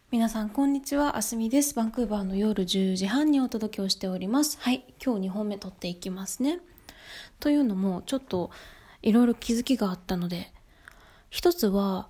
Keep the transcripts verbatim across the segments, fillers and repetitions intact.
皆さんこんにちは、あすみです。バンクーバーの夜じゅうじはんにお届けをしております。はい、今日にほんめ撮っていきますね。というのもちょっといろいろ気づきがあったので、一つは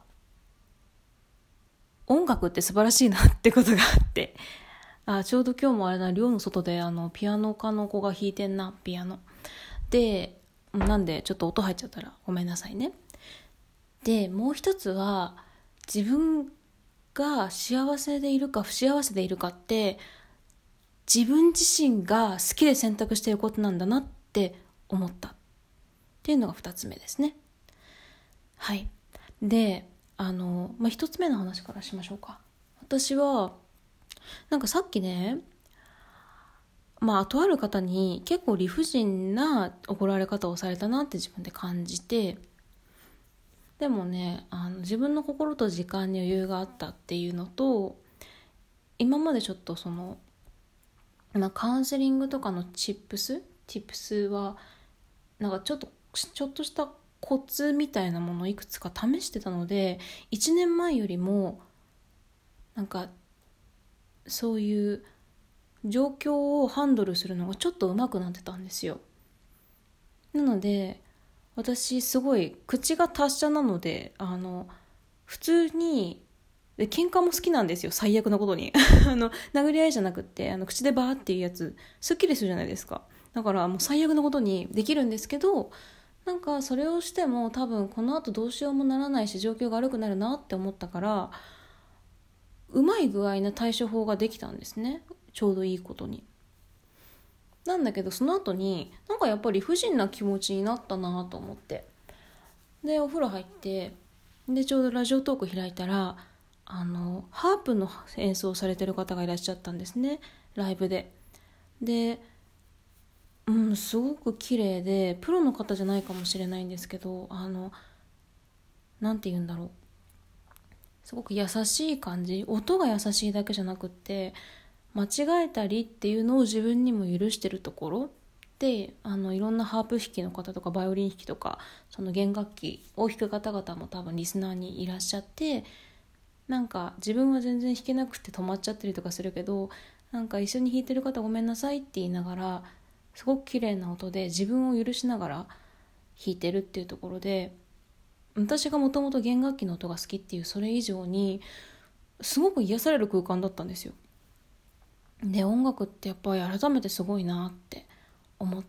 音楽って素晴らしいなってことがあってあちょうど今日もあれだ、寮の外であのピアノ科の子が弾いてんな、ピアノで、なんでちょっと音入っちゃったらごめんなさいね。でもう一つは、自分が幸せでいるか不幸せでいるかって自分自身が好きで選択していることなんだなって思ったっていうのがふたつめですね。はい。であの、まあ、ひとつめの話からしましょうか。私はなんかさっきね、まあとある方に結構理不尽な怒られ方をされたなって自分で感じて、でもね、あの自分の心と時間に余裕があったっていうのと、今までちょっとその、まあ、カウンセリングとかのチップスチップスはなんかちょっとちょっとしたコツみたいなものをいくつか試してたので、いちねんまえよりもなんかそういう状況をハンドルするのがちょっと上手くなってたんですよ。なので私すごい口が達者なので、あの普通にで喧嘩も好きなんですよ、最悪のことにあの殴り合いじゃなくって、あの口でバーっていうやつすっきりするじゃないですか。だからもう最悪のことにできるんですけど、なんかそれをしても多分この後どうしようもならないし状況が悪くなるなって思ったから、うまい具合な対処法ができたんですね、ちょうどいいことに。なんだけどその後になんかやっぱり不審な気持ちになったなと思って、でお風呂入って、でちょうどラジオトーク開いたら、あのハープの演奏をされてる方がいらっしゃったんですね、ライブで。で、うん、すごく綺麗で、プロの方じゃないかもしれないんですけど、あのなんて言うんだろう、すごく優しい感じ、音が優しいだけじゃなくって、間違えたりっていうのを自分にも許してるところで、あのいろんなハープ弾きの方とかバイオリン弾きとか、その弦楽器を弾く方々も多分リスナーにいらっしゃって、なんか自分は全然弾けなくて止まっちゃったりとかするけど、なんか一緒に弾いてる方ごめんなさいって言いながら、すごく綺麗な音で自分を許しながら弾いてるっていうところで、私がもともと弦楽器の音が好きっていうそれ以上にすごく癒される空間だったんですよ。で音楽ってやっぱり改めてすごいなって思って、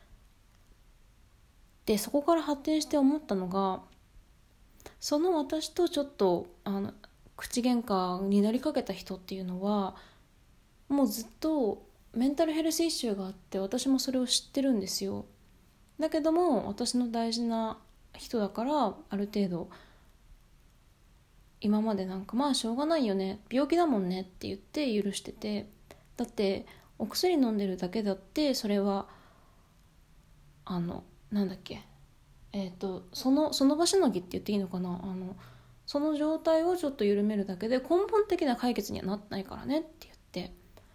でそこから発展して思ったのが、その私とちょっとあの口喧嘩になりかけた人っていうのは、もうずっとメンタルヘルスイシューがあって、私もそれを知ってるんですよ。だけども私の大事な人だから、ある程度今までなんかまあしょうがないよね、病気だもんねって言って許してて、だってお薬飲んでるだけだって、それはあのなんだっけ、えっ、ー、とそのその場しのぎって言っていいのかな、あのその状態をちょっと緩めるだけで根本的な解決にはなってないからねって言って、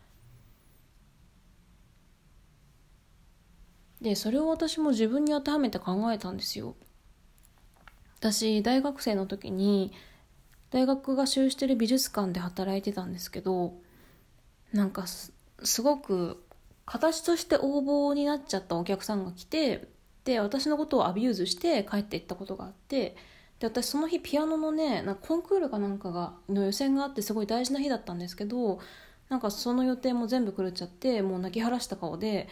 でそれを私も自分に当てはめて考えたんですよ。私大学生の時に大学が修してる美術館で働いてたんですけど、なんか す, すごく形として横暴になっちゃったお客さんが来て、で私のことをアビューズして帰っていったことがあって、で私その日ピアノのね、なんかコンクールかなんかがの予選があって、すごい大事な日だったんですけど、なんかその予定も全部狂っちゃって、もう泣き晴らした顔で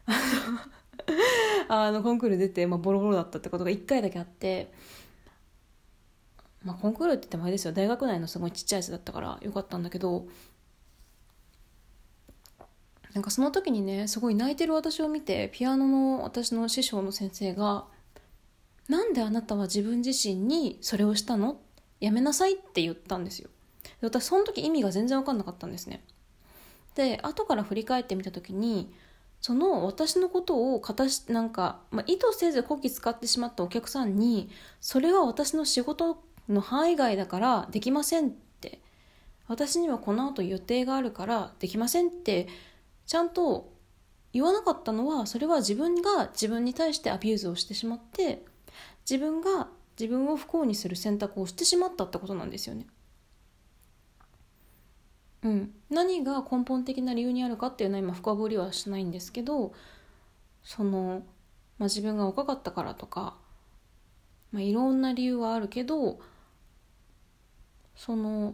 あのコンクール出て、まあ、ボロボロだったってことがいっかいだけあって、まあ、コンクールって言ってもあれですよ、大学内のすごいちっちゃいやつだったからよかったんだけど、なんかその時にね、すごい泣いてる私を見て、ピアノの私の師匠の先生が、なんであなたは自分自身にそれをしたの、やめなさいって言ったんですよ。で私その時意味が全然分かんなかったんですね。で後から振り返ってみた時に、その私のことを形なんか、まあ、意図せずこき使ってしまったお客さんに、それは私の仕事の範囲外だからできませんって、私にはこの後予定があるからできませんってちゃんと言わなかったのは、それは自分が自分に対してアビューズをしてしまって、自分が自分を不幸にする選択をしてしまったってことなんですよね。 うん、何が根本的な理由にあるかっていうのは今深掘りはしないんですけど、その、まあ、自分が若かったからとか、まあ、いろんな理由はあるけど、その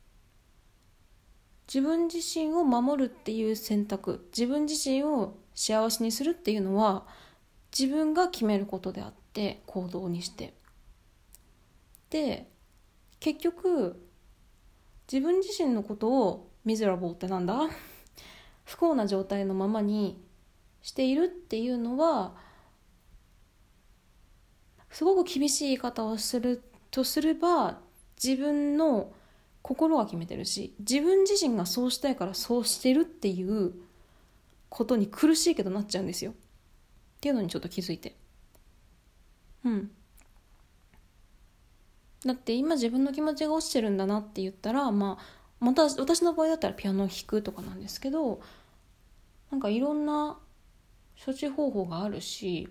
自分自身を守るっていう選択、自分自身を幸せにするっていうのは自分が決めることであって、行動にして、で結局自分自身のことをミゼラボーってなんだ不幸な状態のままにしているっていうのは、すごく厳しい言い方をするとすれば、自分の心が決めてるし、自分自身がそうしたいからそうしてるっていうことに苦しいけどなっちゃうんですよっていうのにちょっと気づいて、うんだって今自分の気持ちが落ちてるんだなって言ったら、まあまた私の場合だったらピアノを弾くとかなんですけど、なんかいろんな処置方法があるし、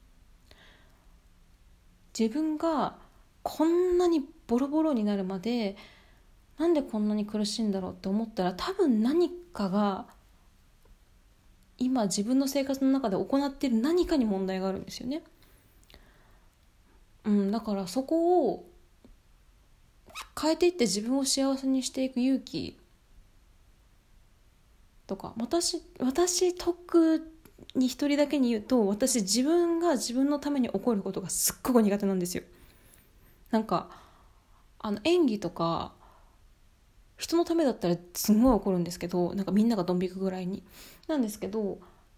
自分がこんなにボロボロになるまでなんでこんなに苦しいんだろうって思ったら、多分何かが今自分の生活の中で行っている何かに問題があるんですよね。うん、だからそこを変えていって自分を幸せにしていく勇気とか、私私特に一人だけに言うと、私自分が自分のために起こることがすっごく苦手なんですよ。なんかあの演技とか人のためだったらすごい怒るんですけど、なんかみんながドン引くぐらいになんですけど、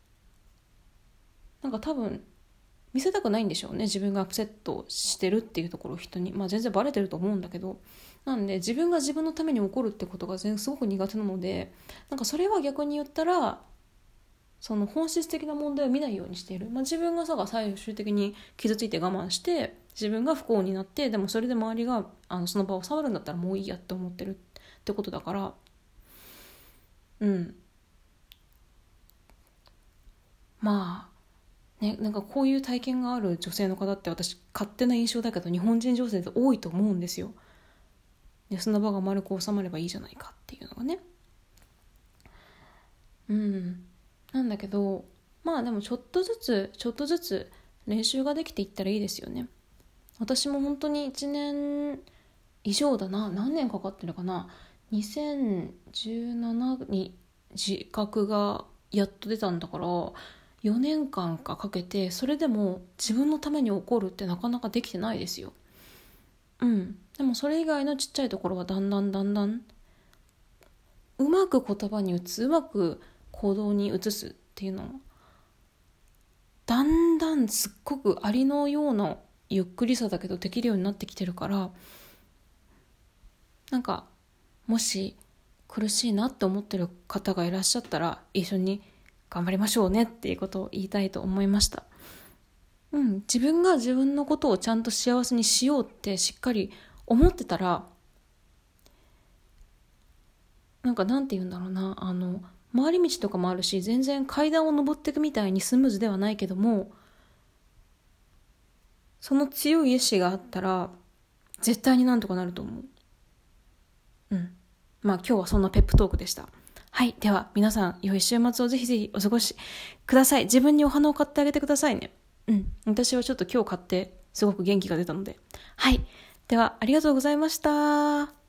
なんか多分見せたくないんでしょうね、自分がアップセットしてるっていうところを人に、まあ全然バレてると思うんだけど、なんで自分が自分のために怒るってことがすごく苦手なので、なんかそれは逆に言ったらその本質的な問題を見ないようにしている、まあ、自分がさが最終的に傷ついて我慢して自分が不幸になって、でもそれで周りがあのその場を触るんだったらもういいやって思ってるってことだから、うんまあね、なんかこういう体験がある女性の方って私勝手な印象だけど日本人女性で多いと思うんですよ。でその場が丸く収まればいいじゃないかっていうのがね、うんなんだけど、まあでもちょっとずつちょっとずつ練習ができていったらいいですよね。私も本当にいちねん以上だな、何年かかってるかな、にせんじゅうななに自覚がやっと出たんだからよねんかんかかけて、それでも自分のために起こるってなかなかできてないですよ。うんでもそれ以外のちっちゃいところはだんだんだんだんうまく言葉に移す、うまく行動に移すっていうのをだんだんすっごくありのようなゆっくりさだけどできるようになってきてるから、なんかもし苦しいなって思ってる方がいらっしゃったら一緒に頑張りましょうねっていうことを言いたいと思いました。うん、自分が自分のことをちゃんと幸せにしようってしっかり思ってたら、なんかなんて言うんだろうな、あの回り道とかもあるし、全然階段を登っていくみたいにスムーズではないけども、その強い意志があったら絶対になんとかなると思う。うんまあ今日はそんなペップトークでした。はい、では皆さん良い週末をぜひぜひお過ごしください。自分にお花を買ってあげてくださいね。うん私はちょっと今日買ってすごく元気が出たので。はいではありがとうございました。